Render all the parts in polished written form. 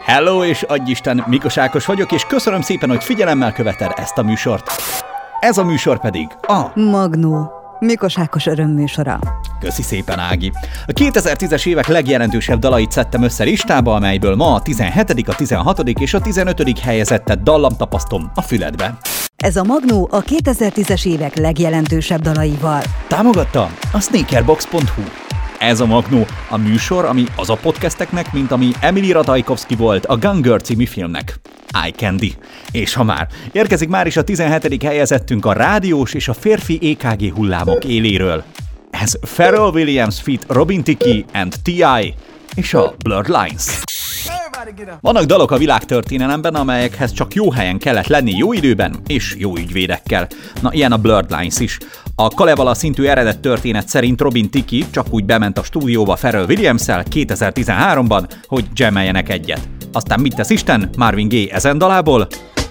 Hello és adjisten, Mikos Ákos vagyok, és köszönöm szépen, hogy figyelemmel követed ezt a műsort. Ez a műsor pedig a Magnó, Mikos Ákos örömműsora. Köszi szépen, Ági. A 2010-es évek legjelentősebb dalait szedtem össze listába, amelyből ma a 17., a 16. és a 15. helyezettet dallamtapasztom a füledbe. Ez a Magnó a 2010-es évek legjelentősebb dalaival. Támogatta a sneakerbox.hu. Ez a Magnó, a műsor, ami az a podcasteknek, mint ami Emily Ratajkowski volt a Gone Girl című filmnek. Eye Candy. És ha már, érkezik már is a 17. helyezettünk a rádiós és a férfi EKG hullámok éléről. Ez Pharrell Williams feat. Robin Thicke and T.I. és a Blurred Lines. Vannak dalok a világtörténelemben, amelyekhez csak jó helyen kellett lenni jó időben és jó ügyvédekkel. Na, ilyen a Blurred Lines is. A Kalevala szintű eredet történet szerint Robin Thicke csak úgy bement a stúdióba Pharrell Williams-szel 2013-ban, hogy jammeljenek egyet. Aztán mit tesz Isten Marvin Gaye ezen dalából?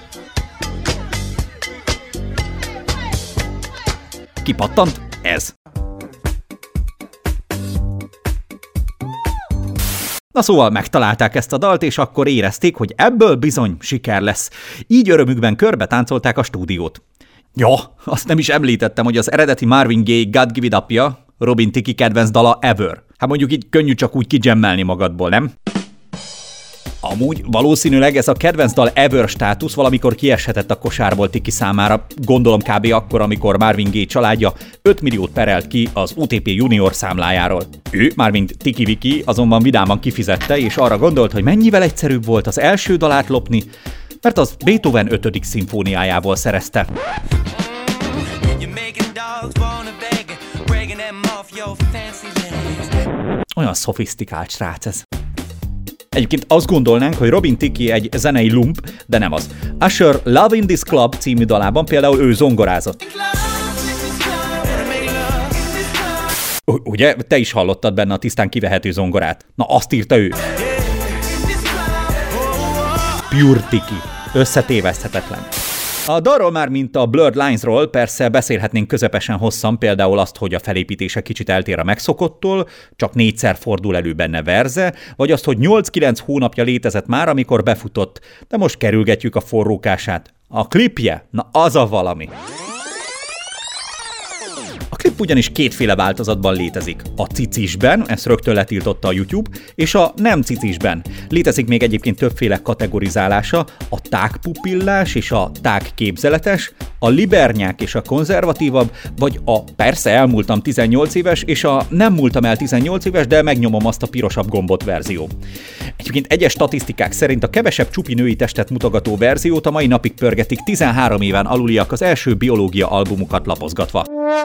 Kipattant ez. Na szóval megtalálták ezt a dalt, és akkor érezték, hogy ebből bizony siker lesz. Így örömükben körbe táncolták a stúdiót. Ja, azt nem is említettem, hogy az eredeti Marvin Gaye God Give It Up-ja Robin Thicke kedvenc dala Ever. Hát mondjuk így könnyű csak úgy kijammelni magadból, nem? Amúgy valószínűleg ez a kedvenc dal Ever státusz valamikor kieshetett a kosárból Thicke számára, gondolom kb. Akkor, amikor Marvin Gaye családja 5 milliót perelt ki az UTP Junior számlájáról. Ő, mármint Thicke Vicky, azonban vidáman kifizette, és arra gondolt, hogy mennyivel egyszerűbb volt az első dalát lopni, mert az Beethoven 5. szimfóniájából szerezte. Olyan szofisztikált srác ez. Egyébként azt gondolnánk, hogy Robin Thicke egy zenei lump, de nem az. Usher Love in This Club című dalában például ő zongorázott. Ugye? Te is hallottad benne a tisztán kivehető zongorát. Na, azt írta ő. Pure Thicke. Összetéveszthetetlen. A dalról már, mint a Blurred Linesról persze beszélhetnénk közepesen hosszan, például azt, hogy a felépítése kicsit eltér a megszokottól, csak 4-szer fordul elő benne verze, vagy azt, hogy 8-9 hónapja létezett már, amikor befutott, de most kerülgetjük a forrókását. A klipje? Na, az a valami. A klip ugyanis kétféle változatban létezik. A cicisben, ezt rögtön letiltotta a YouTube, és a nem cicisben. Létezik még egyébként többféle kategorizálása, a tágpupillás és a tágképzeletes, a libernyák és a konzervatívabb, vagy a persze elmúltam 18 éves, és a nem múltam el 18 éves, de megnyomom azt a pirosabb gombot verzió. Egyébként egyes statisztikák szerint a kevesebb csupi női testet mutogató verziót a mai napig pörgetik 13 éven aluliak az első biológia albumukat lapozgatva.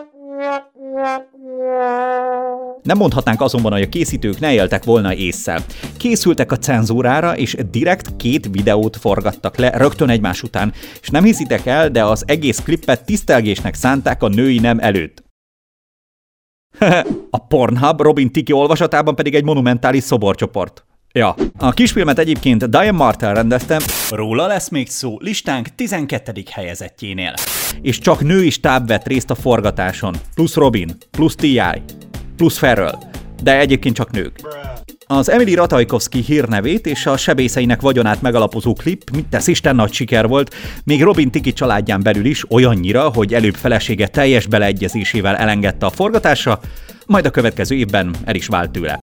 Nem mondhatnánk azonban, hogy a készítők ne éltek volna ésszel. Készültek a cenzúrára, és direkt 2 videót forgattak le rögtön egymás után, és nem hiszitek el, de az egész klippet tisztelgésnek szánták a női nem előtt. A Pornhub Robin Thicke olvasatában pedig egy monumentális szoborcsoport. Ja, a kisfilmet egyébként Diane Martel rendezte, róla lesz még szó listánk 12. helyezettjénél. És csak női stáb vett részt a forgatáson, plusz Robin, plusz T.I., plusz Pharrell, de egyébként csak nők. Az Emily Ratajkowski hírnevét és a sebészeinek vagyonát megalapozó klip, mit tesz Isten, nagy siker volt, még Robin Thicke családján belül is olyannyira, hogy előbb felesége teljes beleegyezésével elengedte a forgatásra, majd a következő évben el is vált tőle.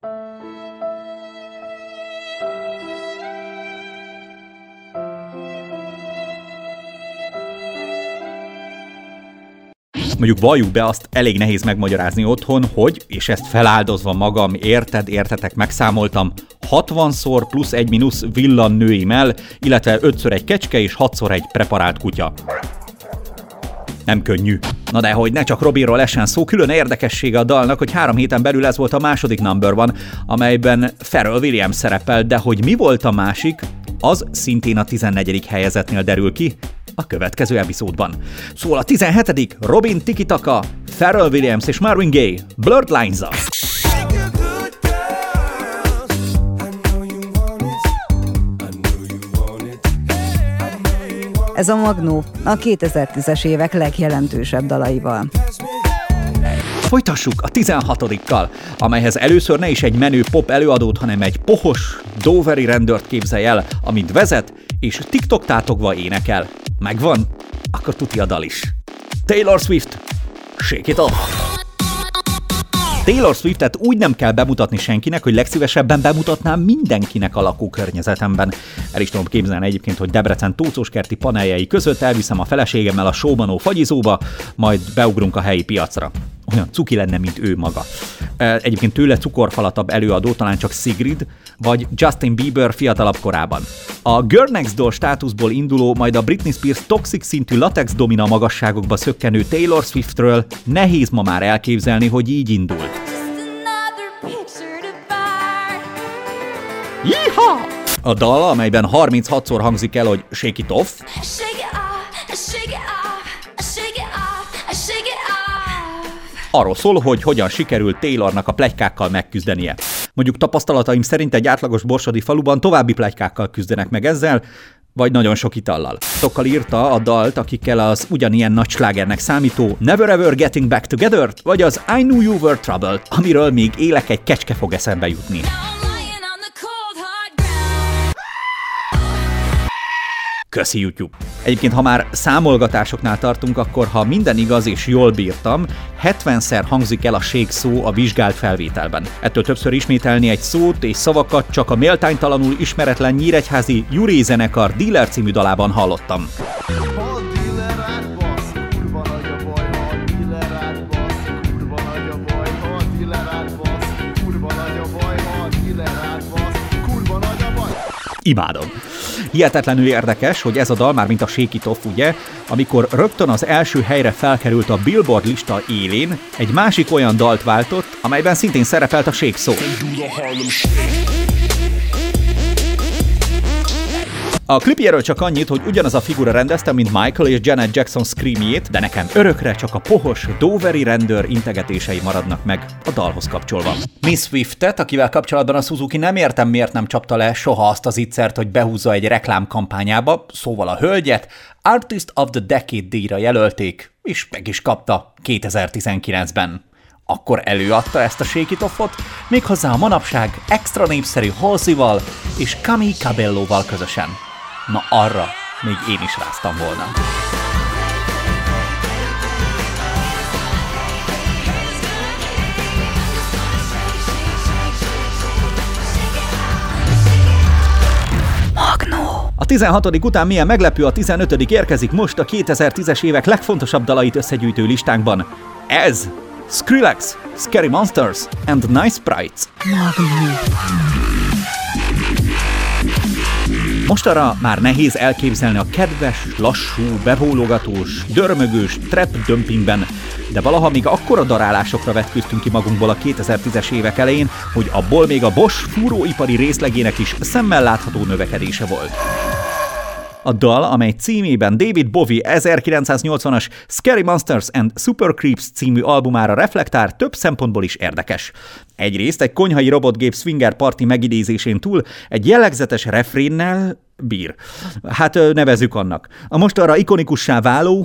Mondjuk valljuk be, azt elég nehéz megmagyarázni otthon, hogy, és ezt feláldozva magam, értetek, megszámoltam, 60-szor plusz 1 mínusz villan nőimmel, illetve 5-ször egy kecske és 6-szor egy preparált kutya. Nem könnyű. Na de hogy ne csak Robinról essen szó, külön érdekessége a dalnak, hogy 3 héten belül ez volt a második number one, amelyben Pharrell Williams szerepel, de hogy mi volt a másik, az szintén a 14. helyezettnél derül ki a következő epizódban. Szóval a 17. Robin Tiki-taka, Pharrell Williams és Marvin Gaye, Blurred Lines-a. Ez a Magnó a 2010-es évek legjelentősebb dalaival. Folytassuk a 16-kal, amelyhez először ne is egy menő pop előadót, hanem egy pohos, doveri rendőrt képzelj el, amit vezet, és TikTok tátogva énekel. Megvan? Akkor tuti a dal is. Taylor Swift, Shake It Off! Taylor Swiftet úgy nem kell bemutatni senkinek, hogy legszívesebben bemutatnám mindenkinek a lakókörnyezetemben. El is tudom képzelni egyébként, hogy Debrecen tócoskerti paneljei között elviszem a feleségemmel a Showmanó fagyizóba, majd beugrunk a helyi piacra. Olyan cuki lenne, mint ő maga. Egyébként tőle cukorfalatabb előadó talán csak Sigrid, vagy Justin Bieber fiatalabb korában. A Girl Next Door státuszból induló, majd a Britney Spears toxic szintű latex domina magasságokba szökkenő Taylor Swiftről nehéz ma már elképzelni, hogy így indult. Jiha! A dal, amelyben 36-szor hangzik el, hogy Shake It Off, arról szól, hogy hogyan sikerült Taylornak a pletykákkal megküzdenie. Mondjuk tapasztalataim szerint egy átlagos borsodi faluban további pletykákkal küzdenek meg ezzel, vagy nagyon sok itallal. Sokkal írta a dalt, akikkel az ugyanilyen nagy slágernek számító Never Ever Getting Back Together, vagy az I Knew You Were Troubled, amiről még élek egy kecske fog eszembe jutni. Köszi YouTube! Egyébként, ha már számolgatásoknál tartunk, akkor ha minden igaz és jól bírtam, 70-szer hangzik el a shake szó a vizsgált felvételben. Ettől többször ismételni egy szót és szavakat csak a méltánytalanul ismeretlen nyíregyházi Juré zenekar Dealer című dalában hallottam. Imádom. Hihetetlenül érdekes, hogy ez a dal, már mint a Shake It Off, ugye, amikor rögtön az első helyre felkerült a Billboard lista élén, egy másik olyan dalt váltott, amelyben szintén szerepelt a shake szó. A klipjéről csak annyit, hogy ugyanaz a figura rendezte, mint Michael és Janet Jackson screamjét, de nekem örökre csak a pohos, doveri rendőr integetései maradnak meg a dalhoz kapcsolva. Miss Swiftet, akivel kapcsolatban a Suzuki nem értem, miért nem csapta le soha azt az ígyszert, hogy behúzza egy reklámkampányába, szóval a hölgyet Artist of the Decade díjra jelölték, és meg is kapta 2019-ben. Akkor előadta ezt a Shake It Off-ot, méghozzá a manapság extra népszerű Halsey-val és Camille Cabello-val közösen. Na arra még én is ráztam volna. Magnó! A 16. után milyen meglepő, a 15. érkezik most a 2010-es évek legfontosabb dalait összegyűjtő listánkban. Ez Skrillex, Scary Monsters and Nice Sprites. Magnó! Mostanra már nehéz elképzelni a kedves, lassú, bebólogatós, dörmögős trap dömpingben, de valaha még akkora darálásokra vetköztünk ki magunkból a 2010-es évek elején, hogy abból még a Bosch fúróipari részlegének is szemmel látható növekedése volt. A dal, amely címében David Bowie 1980-as Scary Monsters and Super Creeps című albumára reflektál, több szempontból is érdekes. Egyrészt egy konyhai robotgép swinger party megidézésén túl egy jellegzetes refrénnel bír. Hát nevezzük annak. A mostanra ikonikussá váló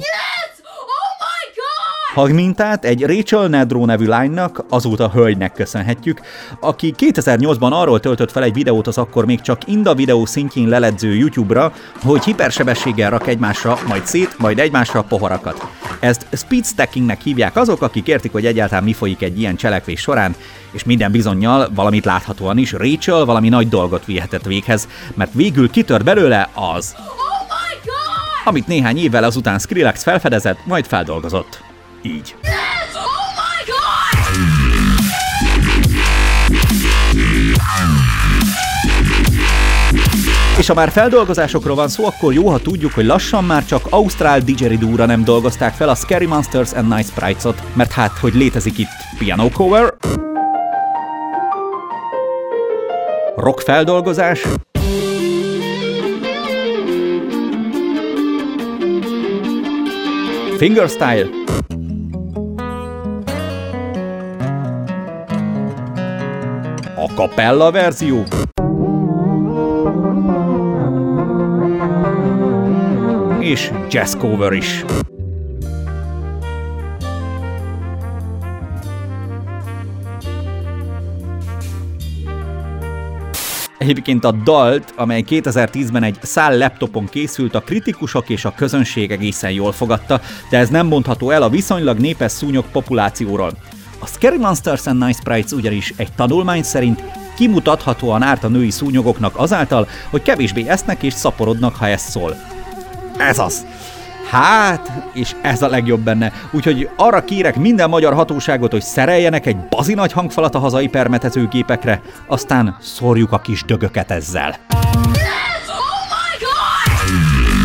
hangmintát egy Rachel Nedro nevű lánynak, azóta hölgynek köszönhetjük, aki 2008-ban arról töltött fel egy videót az akkor még csak Inda videó szintjén leledző YouTube-ra, hogy hipersebességgel rak egymásra, majd szét, majd egymásra poharakat. Ezt speed stackingnek hívják azok, akik értik, hogy egyáltalán mi folyik egy ilyen cselekvés során, és minden bizonnyal, valamit láthatóan is, Rachel valami nagy dolgot vihetett véghez, mert végül kitört belőle az, amit néhány évvel azután Skrillex felfedezett, majd feldolgozott. Így. Yes! Oh my God! És ha már feldolgozásokról van szó, akkor jó, ha tudjuk, hogy lassan már csak ausztrál didgeridoo-ra nem dolgozták fel a Scary Monsters and Nice Sprites-ot, mert hát, hogy létezik itt piano cover, rock feldolgozás, fingerstyle, a cappella verzió, és jazz cover is. Egyébként a dalt, amely 2010-ben egy szál laptopon készült, a kritikusok és a közönség egészen jól fogadta, de ez nem mondható el a viszonylag népes szúnyog populációról. A Scary Monsters and Nice Sprites ugyanis egy tanulmány szerint kimutathatóan árt a női szúnyogoknak azáltal, hogy kevésbé esznek és szaporodnak, ha ez szól. Ez az! Hát, és ez a legjobb benne. Úgyhogy arra kérek minden magyar hatóságot, hogy szereljenek egy bazinagy hangfalat a hazai permetezőgépekre, aztán szórjuk a kis dögöket ezzel. Yes! Oh my god!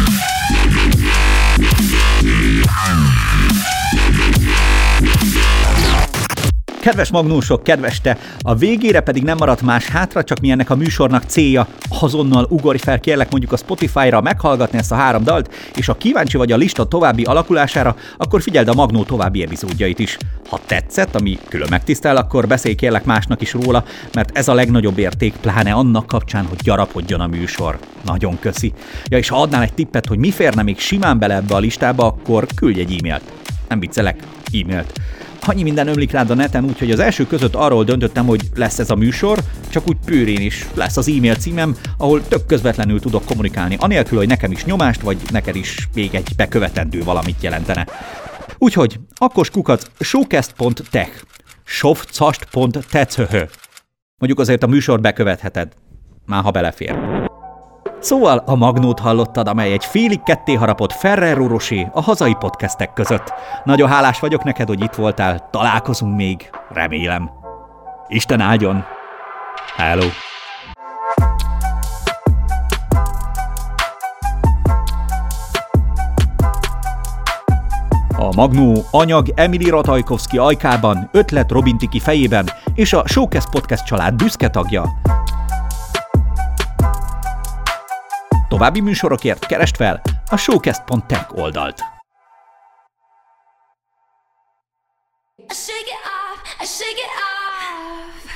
Kedves magnósok, kedves te, a végére pedig nem maradt más hátra, csak mi ennek a műsornak célja. Azonnal ugorj fel, kérlek mondjuk a Spotify-ra meghallgatni ezt a 3 dalt, és ha kíváncsi vagy a lista további alakulására, akkor figyeld a Magnó további epizódjait is. Ha tetszett, ami külön megtisztel, akkor beszélj kérlek másnak is róla, mert ez a legnagyobb érték, pláne annak kapcsán, hogy gyarapodjon a műsor. Nagyon köszi. Ja, és ha adnál egy tippet, hogy mi férne még simán bele ebbe a listába, akkor küldj egy e-mailt. Nem viccelek, e-mailt. Annyi minden ömlik rád a neten, úgyhogy az első között arról döntöttem, hogy lesz ez a műsor, csak úgy pőrén is lesz az e-mail címem, ahol tök közvetlenül tudok kommunikálni, anélkül, hogy nekem is nyomást, vagy neked is még egy bekövetendő valamit jelentene. Úgyhogy, @showcast.tech, sovcast.tech. Mondjuk azért a műsor bekövetheted, már ha belefér. Szóval a Magnót hallottad, amely egy félig ketté harapott Ferrero Rocher a hazai podcastek között. Nagyon hálás vagyok neked, hogy itt voltál, találkozunk még, remélem. Isten áldjon! Hello! A Magnó anyag Emily Ratajkowski ajkában, ötlet Robin Tiki fejében és a Showcast Podcast család büszke tagja. További műsorokért keresd fel a showcast.tech oldalt. I shake it off, I shake it off.